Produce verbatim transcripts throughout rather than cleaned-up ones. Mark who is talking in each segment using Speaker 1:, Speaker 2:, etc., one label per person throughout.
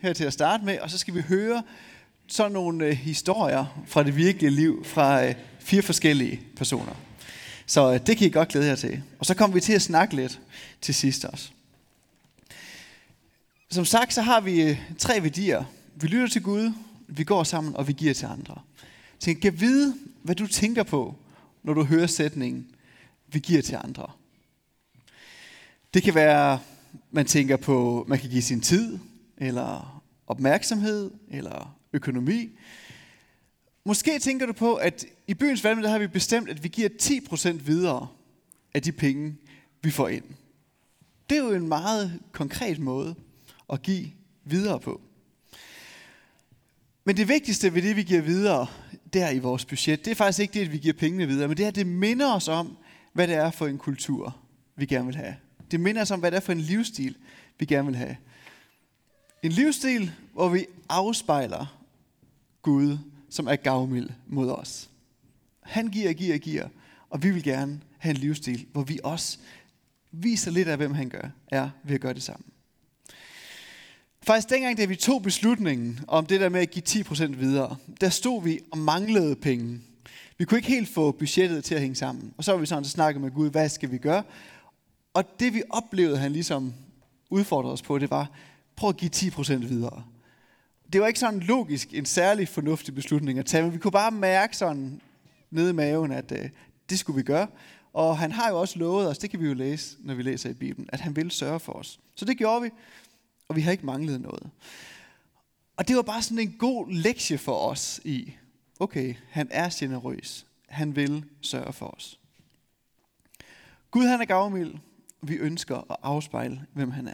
Speaker 1: her til at starte med, og så skal vi høre sådan nogle øh, historier fra det virkelige liv fra øh, fire forskellige personer. Så øh, det kan I godt glæde jer til. Og så kommer vi til at snakke lidt til sidst også. Som sagt, så har vi øh, tre værdier. Vi lytter til Gud, vi går sammen, og vi giver til andre. Så jeg kan vide, hvad du tænker på, når du hører sætningen, vi giver til andre. Det kan være, man tænker på, man kan give sin tid, eller opmærksomhed, eller økonomi. Måske tænker du på, at i byens valg, der har vi bestemt, at vi giver ti procent videre af de penge, vi får ind. Det er jo en meget konkret måde at give videre på. Men det vigtigste ved det, vi giver videre, der i vores budget, det er faktisk ikke det, at vi giver pengene videre, men det er, at det minder os om, hvad det er for en kultur, vi gerne vil have. Det minder os om, hvad det er for en livsstil, vi gerne vil have. En livsstil, hvor vi afspejler Gud, som er gavmild mod os. Han giver, giver, giver, og vi vil gerne have en livsstil, hvor vi også viser lidt af, hvem han gør, er ved at gøre det sammen. Faktisk dengang, da vi tog beslutningen om det der med at give ti procent videre, der stod vi og manglede penge. Vi kunne ikke helt få budgettet til at hænge sammen. Og så var vi sådan, så snakkede med Gud, hvad skal vi gøre? Og det vi oplevede, han ligesom udfordrede os på, det var, prøv at give ti procent videre. Det var ikke sådan logisk en særlig fornuftig beslutning at tage, men vi kunne bare mærke sådan nede i maven, at øh, det skulle vi gøre. Og han har jo også lovet os, det kan vi jo læse, når vi læser i Bibelen, at han vil sørge for os. Så det gjorde vi, og vi har ikke manglet noget. Og det var bare sådan en god lektie for os i, okay, han er generøs. Han vil sørge for os. Gud, han er gavmild. Vi ønsker at afspejle, hvem han er.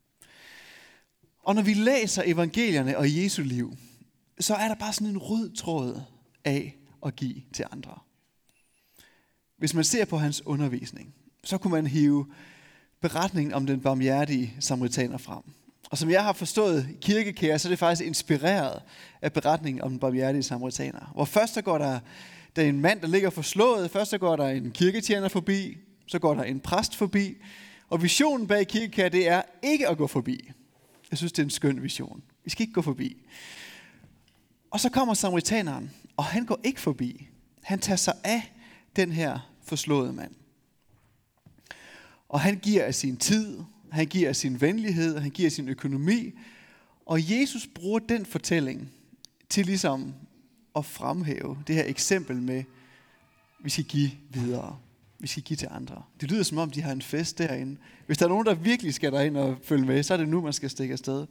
Speaker 1: Og når vi læser evangelierne og Jesu liv, så er der bare sådan en rød tråd af at give til andre. Hvis man ser på hans undervisning, så kunne man hive beretningen om den barmhjertige samaritaner frem. Og som jeg har forstået kirkekære, så er det faktisk inspireret af beretningen om den barmhjertige samaritaner. Hvor først så går der, der er en mand, der ligger forslået, først så går der en kirketjener forbi, så går der en præst forbi, og visionen bag kirkekære, det er ikke at gå forbi. Jeg synes, det er en skøn vision. Vi skal ikke gå forbi. Og så kommer samaritaneren, og han går ikke forbi. Han tager sig af den her forslåede mand. Og han giver af sin tid, han giver af sin venlighed, han giver af sin økonomi. Og Jesus bruger den fortælling til ligesom at fremhæve det her eksempel med, vi skal give videre. Vi skal give til andre. Det lyder som om, de har en fest derinde. Hvis der er nogen, der virkelig skal derind og følge med, så er det nu, man skal stikke afsted.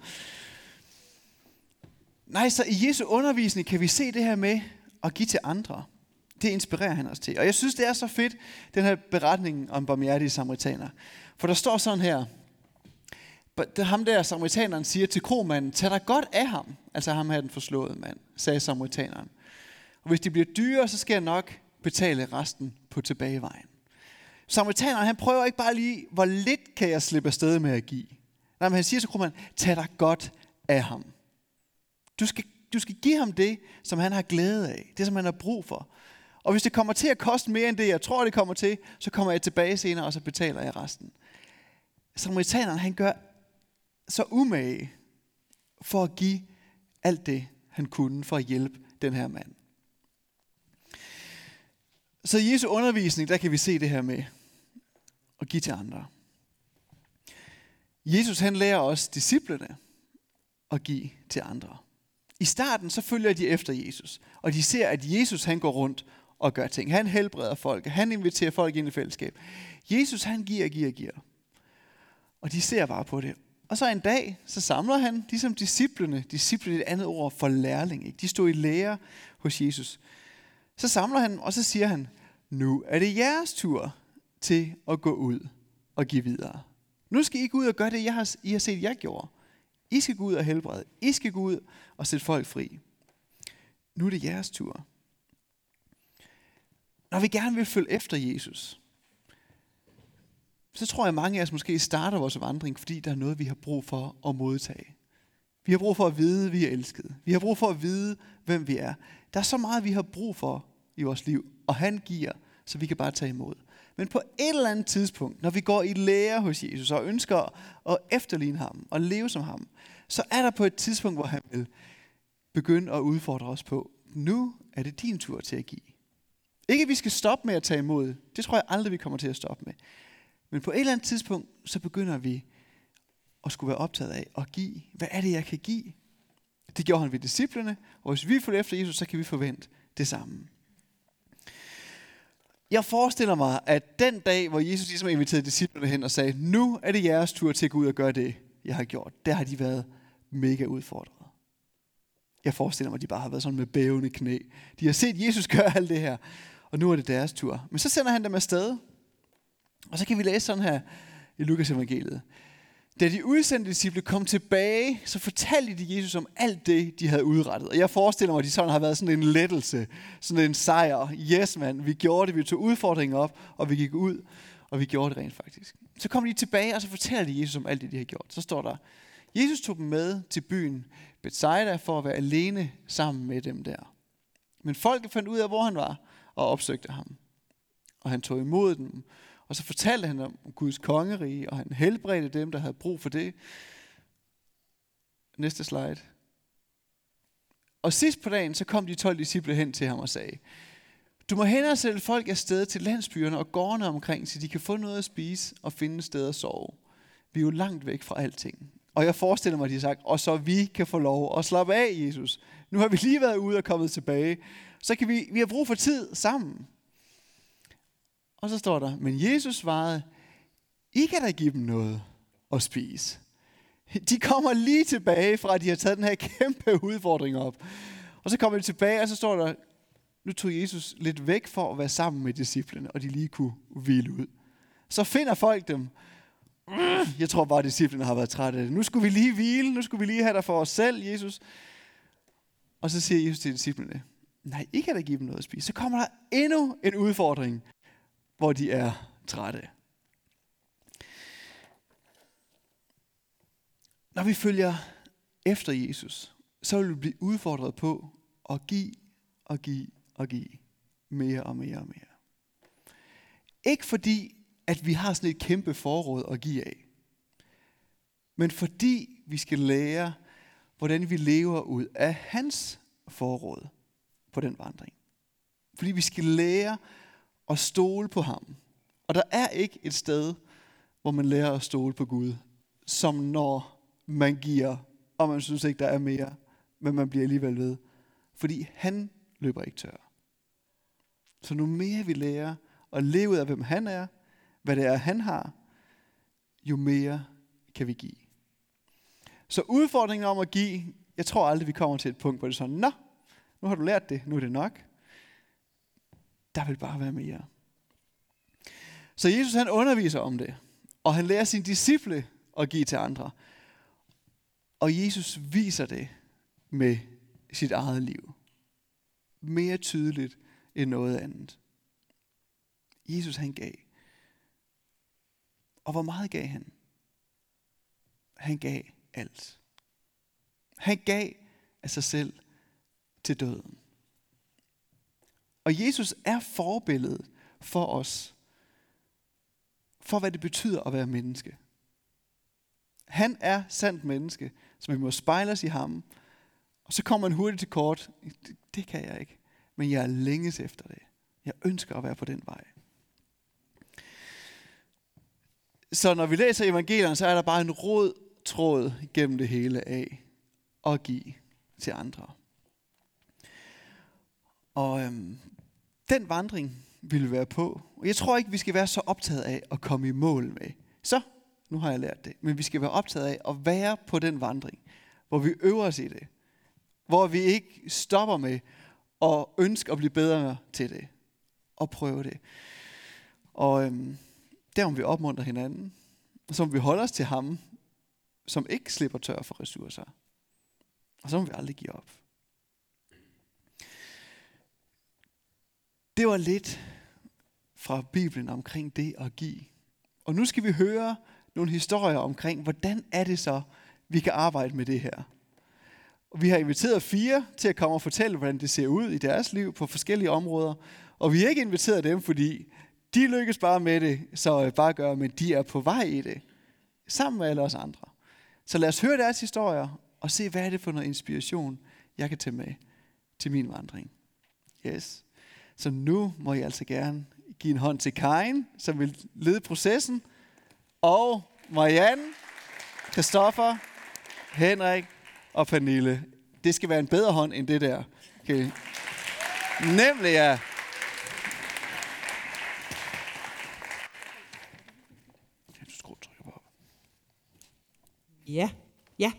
Speaker 1: Nej, så i Jesu undervisning kan vi se det her med at give til andre. Det inspirerer han os til. Og jeg synes, det er så fedt, den her beretning om barmhjertige samaritaner. For der står sådan her, det ham der samaritaneren siger til kromanden, tag dig godt af ham. Altså ham her den forslåede mand, sagde samaritaneren. Og hvis de bliver dyre, så skal jeg nok betale resten på tilbagevejen. Samaritaneren, han prøver ikke bare lige, hvor lidt kan jeg slippe afsted med at give. Nej, men han siger til kromanden, tag dig godt af ham. Du skal, du skal give ham det, som han har glæde af. Det, som han har brug for. Og hvis det kommer til at koste mere end det, jeg tror, det kommer til, så kommer jeg tilbage senere, og så betaler jeg resten. Samaritaneren, han gør så umage for at give alt det, han kunne, for at hjælpe den her mand. Så i Jesu undervisning, der kan vi se det her med at give til andre. Jesus, han lærer os disciplene at give til andre. I starten, så følger de efter Jesus, og de ser, at Jesus, han går rundt og gør ting. Han helbreder folk, han inviterer folk ind i fællesskab. Jesus, han giver, giver, giver. Og de ser bare på det. Og så en dag, så samler han, ligesom disciplene, disciplene er et andet ord for lærling, ikke? De stod i lære hos Jesus. Så samler han, og så siger han, nu er det jeres tur til at gå ud og give videre. Nu skal I gå ud og gøre det, jeg har, I har set, jeg gjorde. I skal gå ud og helbrede. I skal gå ud og sætte folk fri. Nu er det jeres tur. Når vi gerne vil følge efter Jesus, så tror jeg, at mange af os måske starter vores vandring, fordi der er noget, vi har brug for at modtage. Vi har brug for at vide, at vi er elskede. Vi har brug for at vide, hvem vi er. Der er så meget, vi har brug for i vores liv, og han giver, så vi kan bare tage imod. Men på et eller andet tidspunkt, når vi går i lære hos Jesus og ønsker at efterligne ham og leve som ham, så er der på et tidspunkt, hvor han vil begynde at udfordre os på, nu er det din tur til at give. Ikke at vi skal stoppe med at tage imod. Det tror jeg aldrig, vi kommer til at stoppe med. Men på et eller andet tidspunkt, så begynder vi at skulle være optaget af at give. Hvad er det, jeg kan give? Det gjorde han ved disciplene, og hvis vi følger efter Jesus, så kan vi forvente det samme. Jeg forestiller mig, at den dag, hvor Jesus ligesom inviterede disciplene hen og sagde, nu er det jeres tur til at gå ud og gøre det, jeg har gjort. Der har de været mega udfordret. Jeg forestiller mig, at de bare har været sådan med bævende knæ. De har set Jesus gøre alt det her, og nu er det deres tur. Men så sender han dem afsted, og så kan vi læse sådan her i Lukas evangeliet. Da de udsendte disciple kom tilbage, så fortalte de Jesus om alt det, de havde udrettet. Og jeg forestiller mig, at de sådan har været sådan en lettelse, sådan en sejr. Yes, mand, vi gjorde det, vi tog udfordringen op, og vi gik ud, og vi gjorde det rent faktisk. Så kom de tilbage, og så fortæller de Jesus om alt det, de har gjort. Så står der, Jesus tog dem med til byen Bethsaida for at være alene sammen med dem der. Men folket fandt ud af, hvor han var, og opsøgte ham. Og han tog imod dem. Og så fortalte han om Guds kongerige, og han helbredte dem, der havde brug for det. Næste slide. Og sidst på dagen, så kom de tolv disciple hen til ham og sagde, du må hen og sende folk afsted til landsbyerne og gårdene omkring, så de kan få noget at spise og finde et sted at sove. Vi er jo langt væk fra alting. Og jeg forestiller mig, at de har sagt, og så vi kan få lov at slappe af, Jesus. Nu har vi lige været ude og kommet tilbage. Så kan vi, vi har brug for tid sammen. Og så står der, men Jesus svarede, I kan da give dem noget at spise. De kommer lige tilbage fra, at de har taget den her kæmpe udfordring op. Og så kommer de tilbage, og så står der, nu tog Jesus lidt væk for at være sammen med disciplene, og de lige kunne hvile ud. Så finder folk dem. Jeg tror bare, at disciplene har været trætte af det. Nu skulle vi lige hvile, nu skulle vi lige have dig for os selv, Jesus. Og så siger Jesus til disciplene, nej, I kan da give dem noget at spise. Så kommer der endnu en udfordring, hvor de er trætte. Når vi følger efter Jesus, så vil vi blive udfordret på at give og give og give mere og mere og mere. Ikke fordi, at vi har sådan et kæmpe forråd at give af, men fordi vi skal lære, hvordan vi lever ud af hans forråd på den vandring. Fordi vi skal lære at stole på ham. Og der er ikke et sted, hvor man lærer at stole på Gud, som når man giver, og man synes ikke, der er mere, men man bliver alligevel ved. Fordi han løber ikke tør. Så nu mere vi lærer at leve ud af, hvem han er, hvad det er, han har, jo mere kan vi give. Så udfordringen om at give, jeg tror aldrig, vi kommer til et punkt, hvor det er sådan, nå, nu har du lært det, nu er det nok. Der vil bare være mere. Så Jesus han underviser om det, og han lærer sine disciple at give til andre. Og Jesus viser det med sit eget liv. Mere tydeligt end noget andet. Jesus han gav. Og hvor meget gav han? Han gav alt. Han gav af sig selv til døden. Og Jesus er forbilledet for os, for hvad det betyder at være menneske. Han er sandt menneske, så vi må spejle os i ham. Og så kommer man hurtigt til kort. Det, det kan jeg ikke, men jeg er længes efter det. Jeg ønsker at være på den vej. Så når vi læser evangelierne, så er der bare en rød tråd gennem det hele af at give til andre. Og øhm, den vandring vil vi være på. Og jeg tror ikke, vi skal være så optaget af at komme i mål med. Så, nu har jeg lært det. Men vi skal være optaget af at være på den vandring, hvor vi øver os i det. Hvor vi ikke stopper med at ønske at blive bedre til det. Og prøve det. Og øhm, der må vi opmuntre hinanden. Og så må vi holde os til ham, som ikke slipper tør for ressourcer. Og så må vi aldrig give op. Det var lidt fra Bibelen omkring det at give. Og nu skal vi høre nogle historier omkring, hvordan er det så, vi kan arbejde med det her. Og vi har inviteret fire til at komme og fortælle, hvordan det ser ud i deres liv på forskellige områder. Og vi har ikke inviteret dem, fordi de lykkes bare med det, så bare gør, men de er på vej i det. Sammen med alle os andre. Så lad os høre deres historier, og se, hvad er det for noget inspiration, jeg kan tage med til min vandring. Yes. Så nu må jeg altså gerne give en hånd til Karin, som vil lede processen, og Marianne, Christoffer, Henrik og Pernille. Det skal være en bedre hånd end det der. Okay. Nemlig, ja.
Speaker 2: Ja, ja.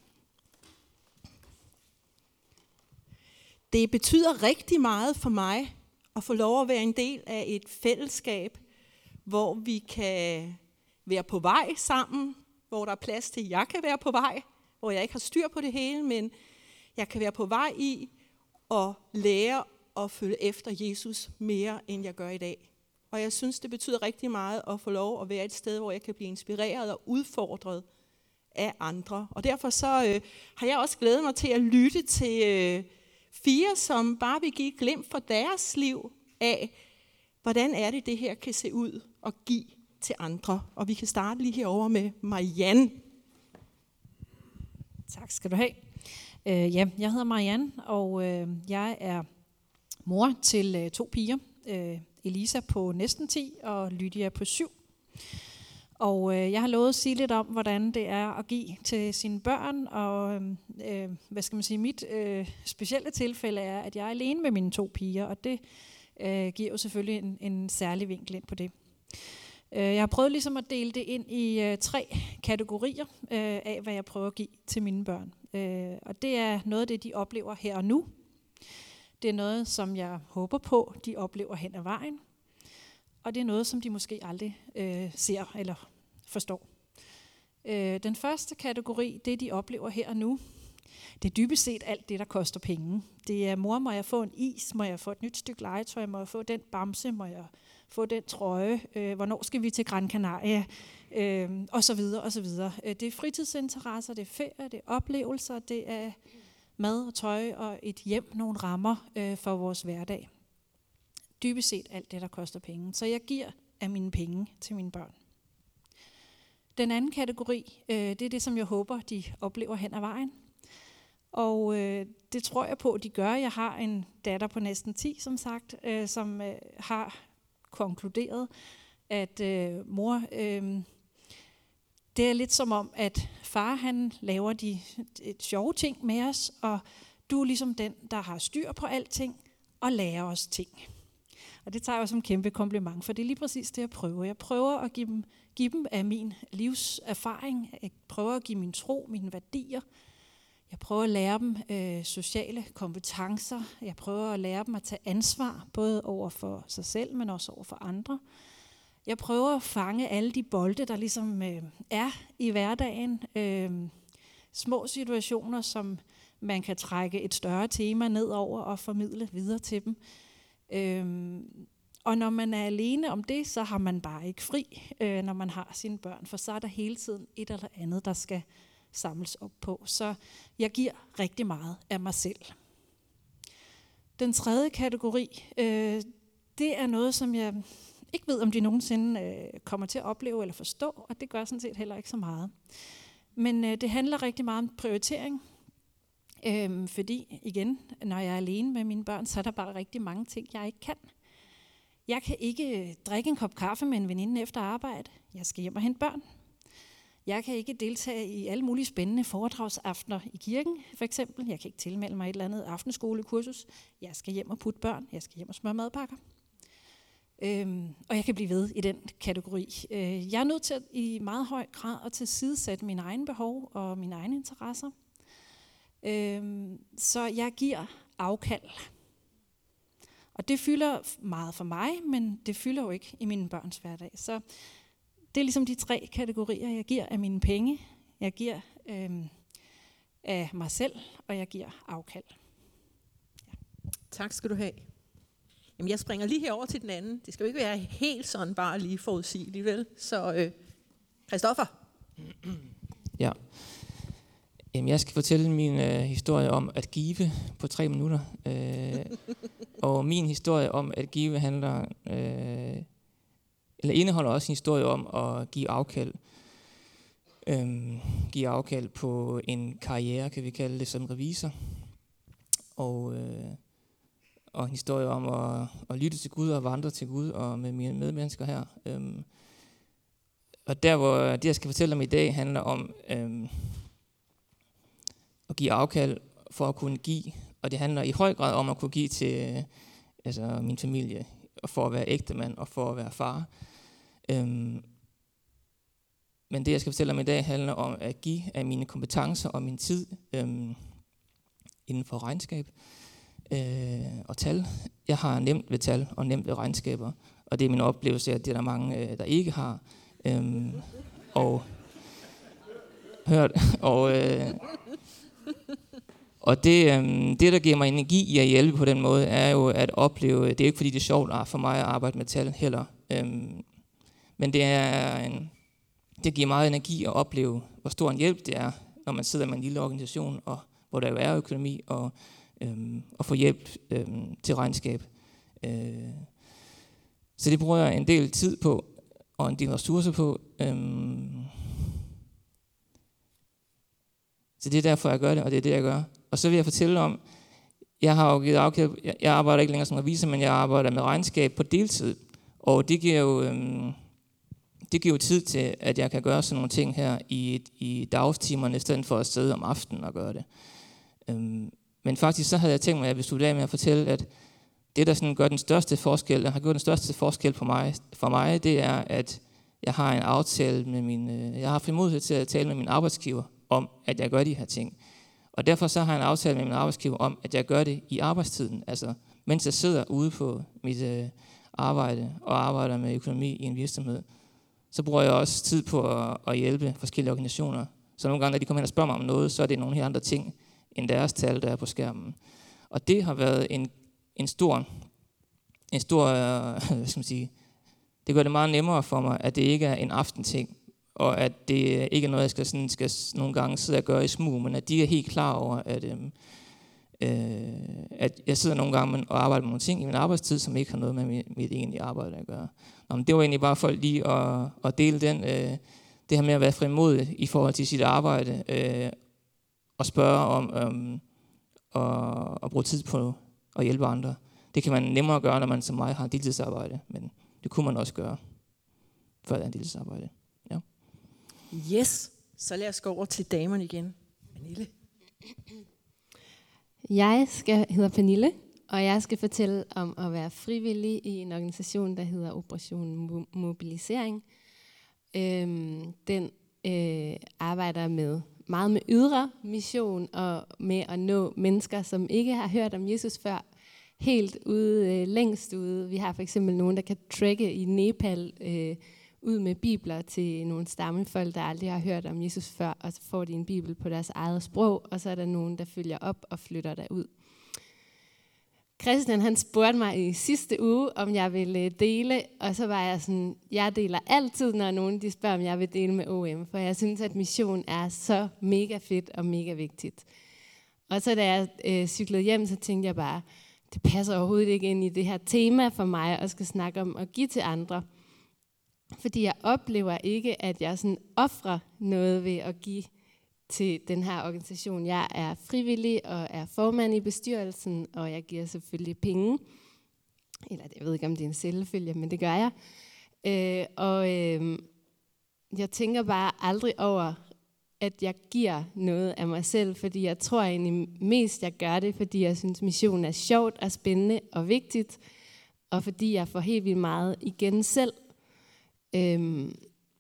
Speaker 2: Det betyder rigtig meget for mig at få lov at være en del af et fællesskab, hvor vi kan være på vej sammen, hvor der er plads til, at jeg kan være på vej, hvor jeg ikke har styr på det hele, men jeg kan være på vej i at lære at følge efter Jesus mere, end jeg gør i dag. Og jeg synes, det betyder rigtig meget at få lov at være et sted, hvor jeg kan blive inspireret og udfordret af andre. Og derfor så øh, har jeg også glædet mig til at lytte til øh, fire, som bare vil give et glimt for deres liv af, hvordan er det, det her kan se ud og give til andre. Og vi kan starte lige herovre med Marianne.
Speaker 3: Tak skal du have. Uh, ja, jeg hedder Marianne, og uh, jeg er mor til uh, to piger. Uh, Elisa på næsten ti, og Lydia på syv. Og øh, jeg har lovet at sige lidt om, hvordan det er at give til sine børn, og øh, hvad skal man sige, mit øh, specielle tilfælde er, at jeg er alene med mine to piger, og det øh, giver jo selvfølgelig en, en særlig vinkel ind på det. Øh, jeg har prøvet ligesom at dele det ind i øh, tre kategorier øh, af, hvad jeg prøver at give til mine børn. Øh, og det er noget af det, de oplever her og nu. Det er noget, som jeg håber på, de oplever hen ad vejen. Og det er noget, som de måske aldrig øh, ser eller forstår. Øh, den første kategori, det de oplever her og nu, det er dybest set alt det, der koster penge. Det er, mor, må jeg få en is? Må jeg få et nyt stykke legetøj? Må jeg få den bamse? Må jeg få den trøje? Øh, hvornår skal vi til Gran Canaria? Øh, og så videre, og så videre. Det er fritidsinteresser, det er ferie, det er oplevelser, det er mad og tøj og et hjem, nogle rammer øh, for vores hverdag. Dybest set alt det, der koster penge. Så jeg giver af mine penge til mine børn. Den anden kategori, øh, det er det, som jeg håber, de oplever hen ad vejen. Og øh, det tror jeg på, de gør. Jeg har en datter på næsten ti, som sagt, øh, som øh, har konkluderet, at øh, mor, øh, det er lidt som om, at far han laver de et sjove ting med os, og du er ligesom den, der har styr på alting og lærer os ting. Og det tager jeg som kæmpe kompliment, for det er lige præcis det, jeg prøver. Jeg prøver at give dem, give dem af min livserfaring. Jeg prøver at give min tro, mine værdier. Jeg prøver at lære dem øh, sociale kompetencer. Jeg prøver at lære dem at tage ansvar, både over for sig selv, men også over for andre. Jeg prøver at fange alle de bolde, der ligesom øh, er i hverdagen. Øh, små situationer, som man kan trække et større tema ned over og formidle videre til dem. Øhm, og når man er alene om det, så har man bare ikke fri, øh, når man har sine børn, for så er der hele tiden et eller andet, der skal samles op på. Så jeg giver rigtig meget af mig selv. Den tredje kategori, øh, det er noget, som jeg ikke ved, om de nogensinde øh, kommer til at opleve eller forstå, og det gør sådan set heller ikke så meget. Men øh, det handler rigtig meget om prioritering. Øhm, fordi igen, når jeg er alene med mine børn, så er der bare rigtig mange ting, jeg ikke kan. Jeg kan ikke drikke en kop kaffe med en veninde efter arbejde. Jeg skal hjem og hente børn. Jeg kan ikke deltage i alle mulige spændende foredragsaftener i kirken, for eksempel. Jeg kan ikke tilmelde mig et eller andet aftenskolekursus. Jeg skal hjem og putte børn. Jeg skal hjem og smøre madpakker. Øhm, og jeg kan blive ved i den kategori. Øh, jeg er nødt til at, i meget høj grad at tilsidesætte mine egne behov og mine egne interesser. Øhm, så jeg giver afkald. Og det fylder meget for mig, men det fylder jo ikke i mine børns hverdag. Så det er ligesom de tre kategorier. Jeg giver af mine penge, jeg giver øhm, af mig selv, og jeg giver afkald.
Speaker 2: Ja. Tak skal du have. Jamen, jeg springer lige herover til den anden. Det skal jo ikke være helt sådan bare lige forudsigeligt, vel? Så øh, Christoffer.
Speaker 4: Ja. Jamen, jeg skal fortælle min øh, historie om at give på tre minutter. Øh, og min historie om at give handler, øh, eller indeholder også en historie om at give afkald. øhm, give afkald på en karriere, kan vi kalde det, som revisor. Og, øh, og en historie om at, at lytte til Gud og vandre til Gud og med mine medmennesker her. Øhm, og der, hvor det, jeg skal fortælle om i dag, handler om øhm, at give afkald for at kunne give. Og det handler i høj grad om at kunne give til øh, altså min familie, og for at være ægtemand og for at være far. Øhm, men det, jeg skal fortælle om i dag, handler om at give af mine kompetencer og min tid øhm, inden for regnskab øh, og tal. Jeg har nemt ved tal og nemt ved regnskaber, og det er min oplevelse, at det er der mange, øh, der ikke har. Øhm, og hørt, og, øh, og det, øhm, det, der giver mig energi i at hjælpe på den måde, er jo at opleve, det er ikke fordi det er sjovt for mig at arbejde med tal heller, øhm, men det er en, det giver meget energi at opleve, hvor stor en hjælp det er, når man sidder med en lille organisation, og hvor der jo er økonomi, og, øhm, og få hjælp øhm, til regnskab. Øh, så det bruger jeg en del tid på, og en del ressourcer på. Øhm. Så det er derfor, jeg gør det, og det er det, jeg gør. Og så vil jeg fortælle om, jeg har jo givet afkald, jeg, jeg arbejder ikke længere som revisor, men jeg arbejder med regnskab på deltid. Og det giver jo, øhm, det giver jo tid til, at jeg kan gøre sådan nogle ting her i, i dagstimerne, i stedet for at sidde om aftenen og gøre det. Øhm. Men faktisk så havde jeg tænkt mig, at jeg ville slutte af med at fortælle, at det, der sådan gør den største forskel, der har gjort den største forskel for mig, for mig, det er, at jeg har en aftale med min, øh, jeg har frimodighed til at tale med min arbejdsgiver om, at jeg gør de her ting. Og derfor så har jeg en aftale med min arbejdsgiver om, at jeg gør det i arbejdstiden, altså mens jeg sidder ude på mit øh, arbejde og arbejder med økonomi i en virksomhed, så bruger jeg også tid på at, at hjælpe forskellige organisationer. Så nogle gange, når de kommer hen og spørger mig om noget, så er det nogle helt andre ting end deres tal, der er på skærmen. Og det har været en En stor, en stor, hvad skal man sige, det gør det meget nemmere for mig, at det ikke er en aftenting, og at det ikke er noget, jeg skal, sådan, skal nogle gange sidde og gøre i smug, men at de er helt klar over, at, øhm, øh, at jeg sidder nogle gange og arbejder med nogle ting i min arbejdstid, som ikke har noget med mit, mit egentlige arbejde at gøre. Nå, men det var egentlig bare for lige at, at dele den, øh, det her med at være frimodig i forhold til sit arbejde, øh, og spørge om øhm, og, og bruge tid på og hjælpe andre. Det kan man nemmere gøre, når man som mig har en deltidsarbejde, men det kunne man også gøre, før det er en deltidsarbejde. Ja.
Speaker 5: Yes, så lad os gå over til damerne igen. Pernille.
Speaker 6: Jeg skal, hedder Pernille, og jeg skal fortælle om at være frivillig i en organisation, der hedder Operation Mobilisering. Øhm, den øh, arbejder med meget med ydre mission og med at nå mennesker, som ikke har hørt om Jesus før, helt ude, øh, længst ude. Vi har for eksempel nogen, der kan trække i Nepal øh, ud med bibler til nogle stammefolk, der aldrig har hørt om Jesus før, og så får de en bibel på deres eget sprog, og så er der nogen, der følger op og flytter derud. Christian, han spurgte mig i sidste uge, om jeg ville dele, og så var jeg sådan, jeg deler altid, når nogen de spørger, om jeg vil dele med O M, for jeg synes, at mission er så mega fedt og mega vigtigt. Og så da jeg øh, cyklede hjem, så tænkte jeg bare, det passer overhovedet ikke ind i det her tema for mig, at skal snakke om at give til andre. Fordi jeg oplever ikke, at jeg sådan ofrer noget ved at give til den her organisation. Jeg er frivillig og er formand i bestyrelsen, og jeg giver selvfølgelig penge. Eller jeg ved ikke, om det er en selvfølge, men det gør jeg. Øh, og øh, jeg tænker bare aldrig over, at jeg giver noget af mig selv, fordi jeg tror egentlig mest, jeg gør det, fordi jeg synes, missionen er sjovt og spændende og vigtigt, og fordi jeg får helt vildt meget igen selv. Øh,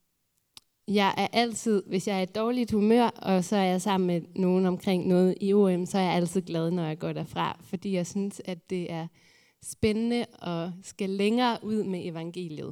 Speaker 6: Jeg er altid, hvis jeg er i et dårligt humør, og så er jeg sammen med nogen omkring noget i O M, så er jeg altid glad, når jeg går derfra, fordi jeg synes, at det er spændende og skal længere ud med evangeliet.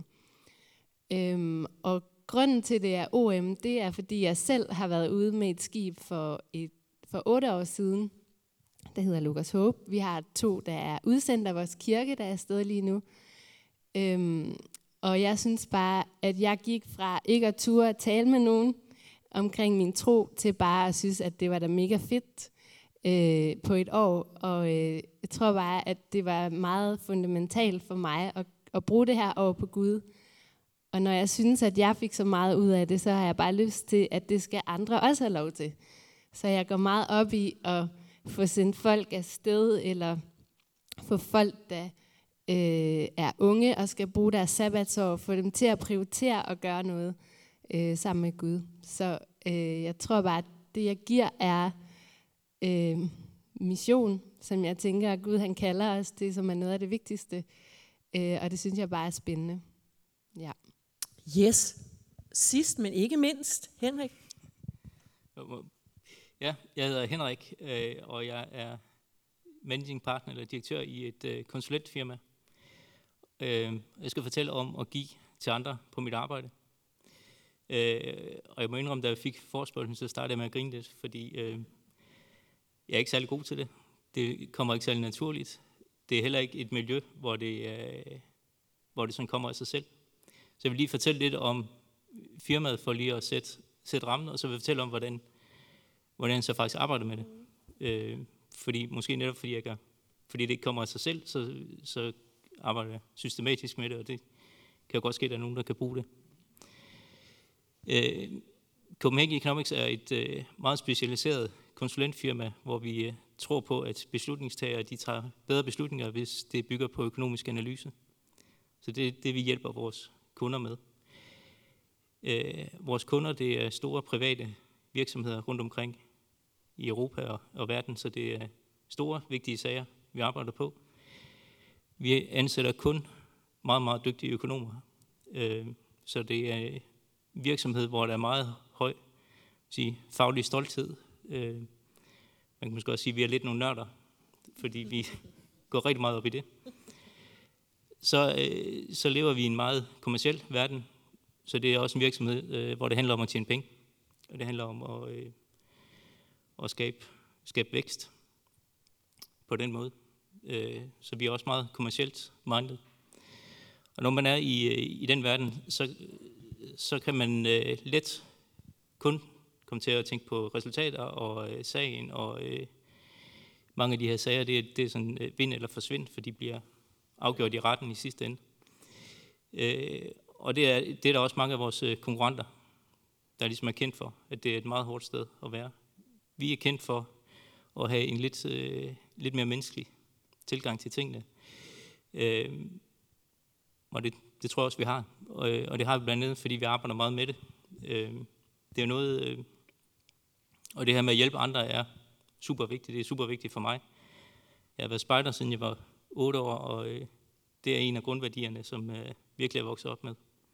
Speaker 6: Øhm, og grunden til, det er O M, det er, fordi jeg selv har været ude med et skib for, et, for otte år siden, der hedder Lukas Håb. Vi har to, der er udsendt af vores kirke, der er afsted lige nu. Øhm, Og jeg synes bare, at jeg gik fra ikke at ture at tale med nogen omkring min tro, til bare at synes, at det var da mega fedt øh, på et år. Og øh, jeg tror bare, at det var meget fundamentalt for mig at, at bruge det her år på Gud. Og når jeg synes, at jeg fik så meget ud af det, så har jeg bare lyst til, at det skal andre også have lov til. Så jeg går meget op i at få sendt folk afsted, eller få folk, der øh, er unge og skal bruge deres sabbatsår, få dem til at prioritere at gøre noget øh, sammen med Gud. Så øh, jeg tror bare, at det jeg giver er øh, mission, som jeg tænker, at Gud han kalder os, det som er noget af det vigtigste. Øh, og det synes jeg bare er spændende. Ja.
Speaker 5: Yes. Sidst, men ikke mindst, Henrik.
Speaker 4: Ja, jeg hedder Henrik, øh, og jeg er managing partner eller direktør i et øh, konsulentfirma. Øh, jeg skal fortælle om at give til andre på mit arbejde. Øh, og jeg må indrømme, da jeg fik forespørgslen, så startede jeg med at grine lidt, fordi øh, jeg er ikke særlig god til det. Det kommer ikke særlig naturligt. Det er heller ikke et miljø, hvor det, øh, hvor det sådan kommer af sig selv. Så jeg vil lige fortælle lidt om firmaet for lige at sætte, sætte rammen, og så vil jeg fortælle om, hvordan, hvordan jeg så faktisk arbejder med det. Øh, fordi, måske netop fordi, jeg gør, fordi det ikke kommer af sig selv, så, så arbejder jeg systematisk med det, og det kan jo godt ske, at der er nogen, der kan bruge det. Øh, Copenhagen Economics er et øh, meget specialiseret konsulentfirma, hvor vi øh, tror på, at beslutningstagere de tager bedre beslutninger, hvis det bygger på økonomisk analyse. Så det er det, vi hjælper vores kunder med. Øh, vores kunder det er store private virksomheder rundt omkring i Europa og, og verden, så det er store, vigtige sager, vi arbejder på. Vi ansætter kun meget, meget dygtige økonomer. Øh, så det er en virksomhed, hvor der er meget høj sige, faglig stolthed. Øh, man kan måske også sige, at vi er lidt nogle nørder, fordi vi går rigtig meget op i det. Så, øh, så lever vi i en meget kommerciel verden, så det er også en virksomhed, øh, hvor det handler om at tjene penge, og det handler om at, øh, at skabe, skabe vækst på den måde. Øh, så vi er også meget kommercielt minded. Og når man er i, i den verden, så, så kan man øh, let kun komme til at tænke på resultater og øh, sagen, og øh, mange af de her sager, det er, det er sådan øh, vind eller forsvind, for de bliver afgjort i retten i sidste ende. Øh, og det er, det er der også mange af vores øh, konkurrenter, der ligesom er kendt for, at det er et meget hårdt sted at være. Vi er kendt for at have en lidt, øh, lidt mere menneskelig tilgang til tingene. Øh, og det, det tror jeg også, vi har. Og, og det har vi blandt andet, fordi vi arbejder meget med det. Øh, det er noget, øh, og det her med at hjælpe andre er super vigtigt. Det er super vigtigt for mig. Jeg har været spejder, siden jeg var otte år, og øh, det er en af grundværdierne, som øh, virkelig er vokset op med.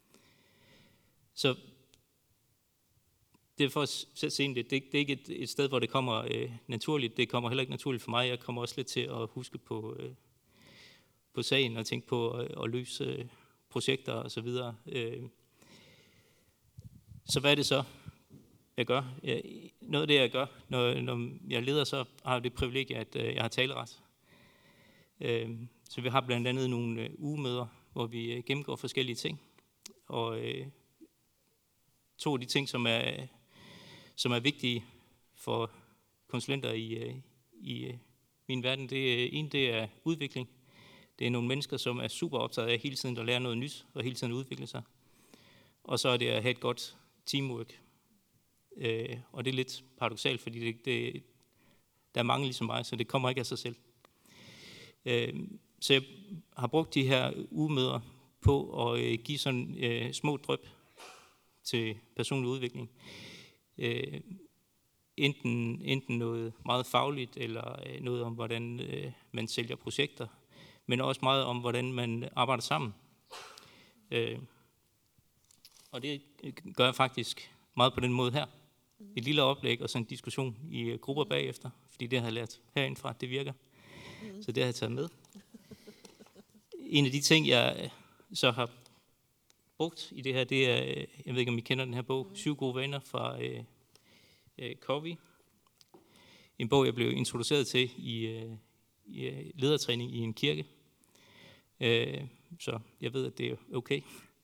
Speaker 4: Så det er for at sætte sig ind, det, det er ikke et, et sted, hvor det kommer øh, naturligt. Det kommer heller ikke naturligt for mig. Jeg kommer også lidt til at huske på, øh, på sagen og tænke på at, at løse øh, projekter og så videre. Øh. Så hvad er det så, jeg gør? Jeg, noget af det, jeg gør, når, når jeg leder, så har jeg det privilegie, at øh, jeg har taleret. Øh, så vi har blandt andet nogle øh, ugemøder, hvor vi øh, gennemgår forskellige ting. Og øh, to af de ting, som er, som er vigtige for konsulenter i, i min verden, det er en, det er udvikling. Det er nogle mennesker, som er super optaget af hele tiden at lære noget nyt, og hele tiden udvikle sig. Og så er det at have et godt teamwork. Øh, og det er lidt paradoksalt, fordi det, det, der er mange ligesom mig, så det kommer ikke af sig selv. Øh, så jeg har brugt de her ugemøder på at øh, give sådan øh, små dryp til personlig udvikling. Øh, enten, enten noget meget fagligt, eller øh, noget om, hvordan øh, man sælger projekter, men også meget om, hvordan man arbejder sammen. Øh, og det gør jeg faktisk meget på den måde her. Et lille oplæg og sådan en diskussion i grupper bagefter, fordi det har jeg lært herindfra, det virker. Så det har jeg taget med. En af de ting, jeg så har brugt i det her, det er, jeg ved ikke, om I kender den her bog, Syv gode vaner fra øh, øh, Covey. En bog, jeg blev introduceret til i, øh, i ledertræning i en kirke. Øh, så jeg ved, at det er okay.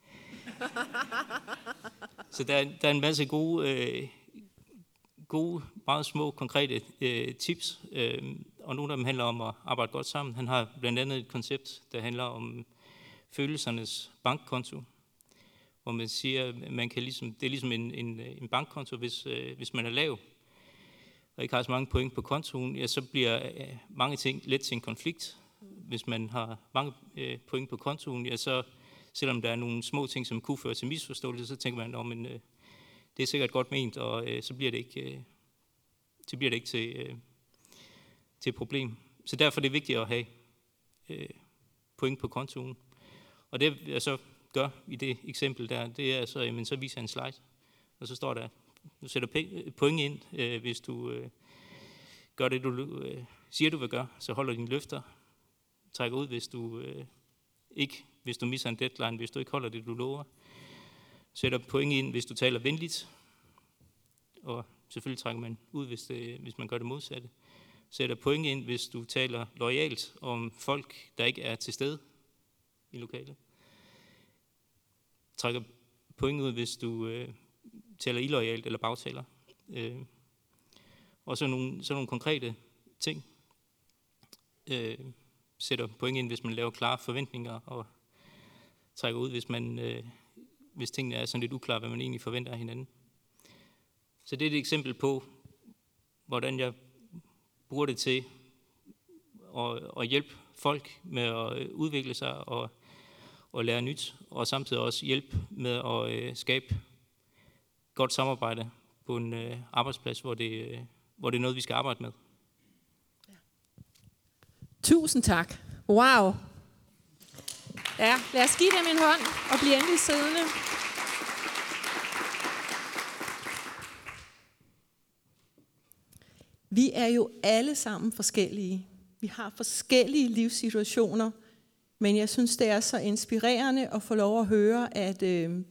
Speaker 4: Så der, der er en masse gode, øh, gode meget små, konkrete øh, tips, øh, og nogle af dem handler om at arbejde godt sammen. Han har blandt andet et koncept, der handler om følelsernes bankkonto,
Speaker 7: hvor man siger, man kan ligesom, det er ligesom en, en, en bankkonto, hvis, øh, hvis man er lav, og ikke har så mange point på kontoen, ja, så bliver øh, mange ting let til en konflikt. Hvis man har mange øh, point på kontoen, ja, så selvom der er nogle små ting, som kunne føre til misforståelse, så tænker man, at øh, det er sikkert godt ment, og øh, så bliver det ikke, øh, så bliver det ikke til, øh, til et problem. Så derfor er det vigtigt at have øh, point på kontoen. Og det jeg så gør i det eksempel der, det er så, jamen, så viser jeg en slide, og så står der, du sætter point ind, øh, hvis du øh, gør det, du øh, siger, du vil gøre, så holder dine løfter, trækker ud, hvis du øh, ikke, hvis du misser en deadline, hvis du ikke holder det, du lover. Sætter point ind, hvis du taler venligt, og selvfølgelig trækker man ud, hvis, det, hvis man gør det modsatte. Sætter point ind, hvis du taler loyalt om folk, der ikke er til stede i lokalet. Trækker point ud, hvis du øh, taler illoyalt eller bagtaler. Øh, og så nogle, så nogle konkrete ting. Øh, sætter point ind, hvis man laver klare forventninger, og trækker ud, hvis, man, øh, hvis tingene er sådan lidt uklare, hvad man egentlig forventer af hinanden. Så det er et eksempel på, hvordan jeg bruger det til at, at hjælpe folk med at udvikle sig og, og lære nyt, og samtidig også hjælpe med at øh, skabe godt samarbejde på en øh, arbejdsplads, hvor det, øh, hvor det er noget, vi skal arbejde med.
Speaker 5: Tusind tak. Wow. Ja, lad os give dem en hånd og blive endelig siddende. Vi er jo alle sammen forskellige. Vi har forskellige livssituationer, men jeg synes, det er så inspirerende at få lov at høre, at øh,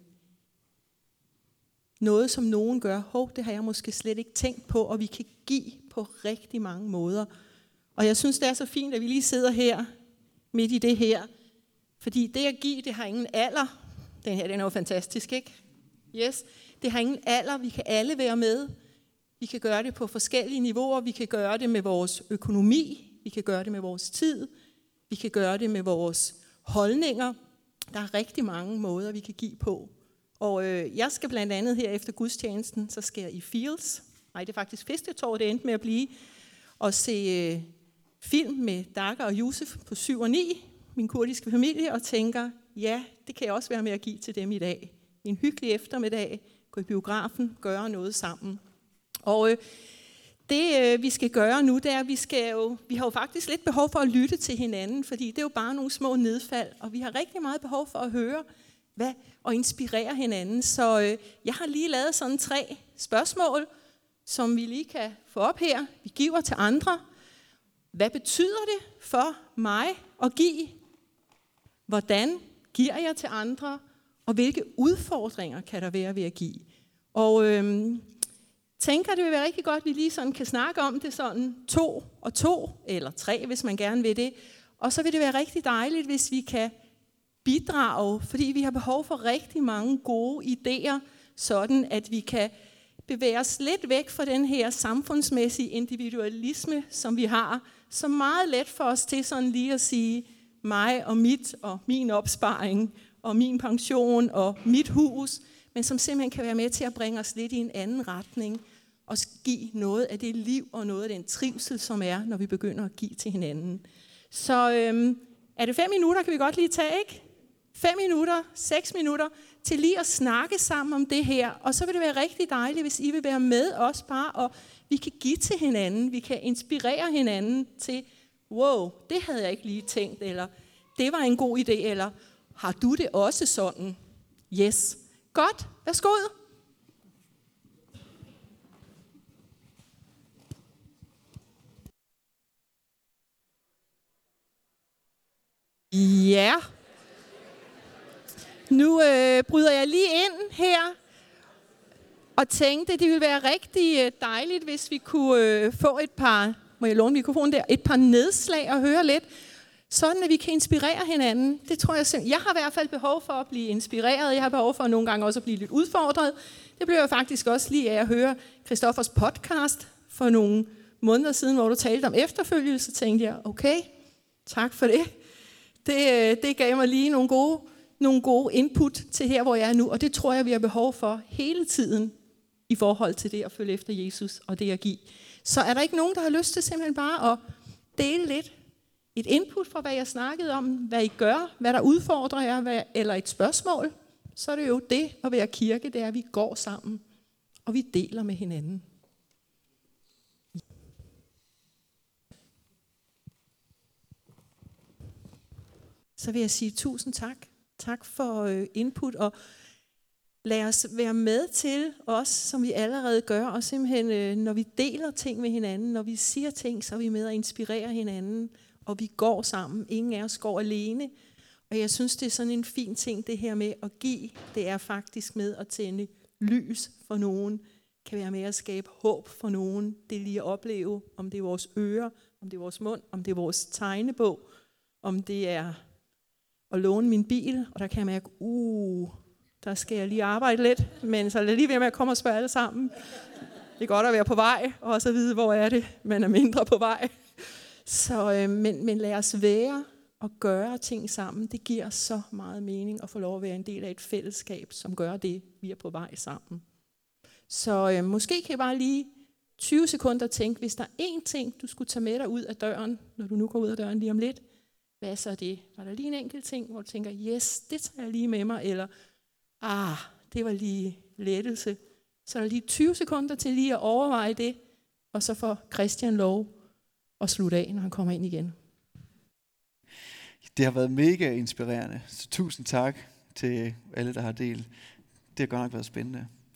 Speaker 5: noget, som nogen gør, hov, det har jeg måske slet ikke tænkt på, og vi kan give på rigtig mange måder. Og jeg synes, det er så fint, at vi lige sidder her, midt i det her. Fordi det at give, det har ingen alder. Den her, den er jo fantastisk, ikke? Yes. Det har ingen alder. Vi kan alle være med. Vi kan gøre det på forskellige niveauer. Vi kan gøre det med vores økonomi. Vi kan gøre det med vores tid. Vi kan gøre det med vores holdninger. Der er rigtig mange måder, vi kan give på. Og øh, jeg skal blandt andet her efter gudstjenesten, så skal jeg i Fields. Nej, det er faktisk Fisketorvet, det endte med at blive. Og se øh, film med Daga og Yusuf på syv og ni, min kurdiske familie, og tænker, ja, det kan jeg også være med at give til dem i dag. En hyggelig eftermiddag, gå i biografen, gøre noget sammen. Og øh, det øh, vi skal gøre nu, det er, at vi, skal jo, vi har jo faktisk lidt behov for at lytte til hinanden, fordi det er jo bare nogle små nedfald, og vi har rigtig meget behov for at høre, hvad, og inspirere hinanden. Så øh, jeg har lige lavet sådan tre spørgsmål, som vi lige kan få op her. Vi giver til andre. Hvad betyder det for mig at give? Hvordan giver jeg til andre? Og hvilke udfordringer kan der være ved at give? Og øhm, tænker, det vil være rigtig godt, at vi lige sådan kan snakke om det sådan to og to, eller tre, hvis man gerne vil det. Og så vil det være rigtig dejligt, hvis vi kan bidrage, fordi vi har behov for rigtig mange gode idéer, sådan at vi kan bevæge os lidt væk fra den her samfundsmæssige individualisme, som vi har, så meget let for os til sådan lige at sige mig og mit og min opsparing og min pension og mit hus, men som simpelthen kan være med til at bringe os lidt i en anden retning og give noget af det liv og noget af den trivsel, som er, når vi begynder at give til hinanden. Så øhm, er det fem minutter, kan vi godt lige tage, ikke? Fem minutter, seks minutter, til lige at snakke sammen om det her. Og så vil det være rigtig dejligt, hvis I vil være med os bare, og vi kan give til hinanden, vi kan inspirere hinanden til, wow, det havde jeg ikke lige tænkt, eller det var en god idé, eller har du det også sådan? Yes. Godt, værsgo. Ja. Nu øh, bryder jeg lige ind her og tænkte, det ville være rigtig dejligt, hvis vi kunne øh, få et par, må jeg låne mikrofonen der, et par nedslag og høre lidt, sådan at vi kan inspirere hinanden. Det tror jeg simpelthen. Jeg har i hvert fald behov for at blive inspireret. Jeg har behov for at nogle gange også at blive lidt udfordret. Det blev jeg faktisk også lige af at høre Christoffers podcast for nogle måneder siden, hvor du talte om efterfølgelse. Så tænkte jeg, okay, tak for det. Det, det gav mig lige nogle gode nogle gode input til her, hvor jeg er nu, og det tror jeg, vi har behov for hele tiden i forhold til det at følge efter Jesus og det at give. Så er der ikke nogen, der har lyst til simpelthen bare at dele lidt et input fra, hvad jeg snakkede om, hvad I gør, hvad der udfordrer jer, hvad, eller et spørgsmål, så er det jo det at være kirke, det er, at vi går sammen, og vi deler med hinanden. Så vil jeg sige tusind tak. Tak for input, og lad os være med til os, som vi allerede gør, og simpelthen, når vi deler ting med hinanden, når vi siger ting, så er vi med at inspirere hinanden, og vi går sammen. Ingen af os går alene. Og jeg synes, det er sådan en fin ting, det her med at give. Det er faktisk med at tænde lys for nogen. Kan være med at skabe håb for nogen. Det lige at opleve, om det er vores ører, om det er vores mund, om det er vores tegnebog, om det er at låne min bil, og der kan jeg mærke, uh, der skal jeg lige arbejde lidt, men så lad lige være med at komme og spørge alle sammen. Det er godt at være på vej, og så vide, hvor er det, man er mindre på vej. Så, øh, men, men lad os være og gøre ting sammen. Det giver så meget mening at få lov at være en del af et fællesskab, som gør det, vi er på vej sammen. Så øh, måske kan jeg bare lige tyve sekunder tænke, hvis der er én ting, du skulle tage med dig ud af døren, når du nu går ud af døren lige om lidt, hvad så er det? Var der lige en enkelt ting, hvor du tænker, yes, det tager jeg lige med mig, eller ah, det var lige lettelse. Så er der lige tyve sekunder til lige at overveje det, og så får Christian lov at slutte af, når han kommer ind igen.
Speaker 1: Det har været mega inspirerende, så tusind tak til alle, der har delt. Det har godt nok været spændende.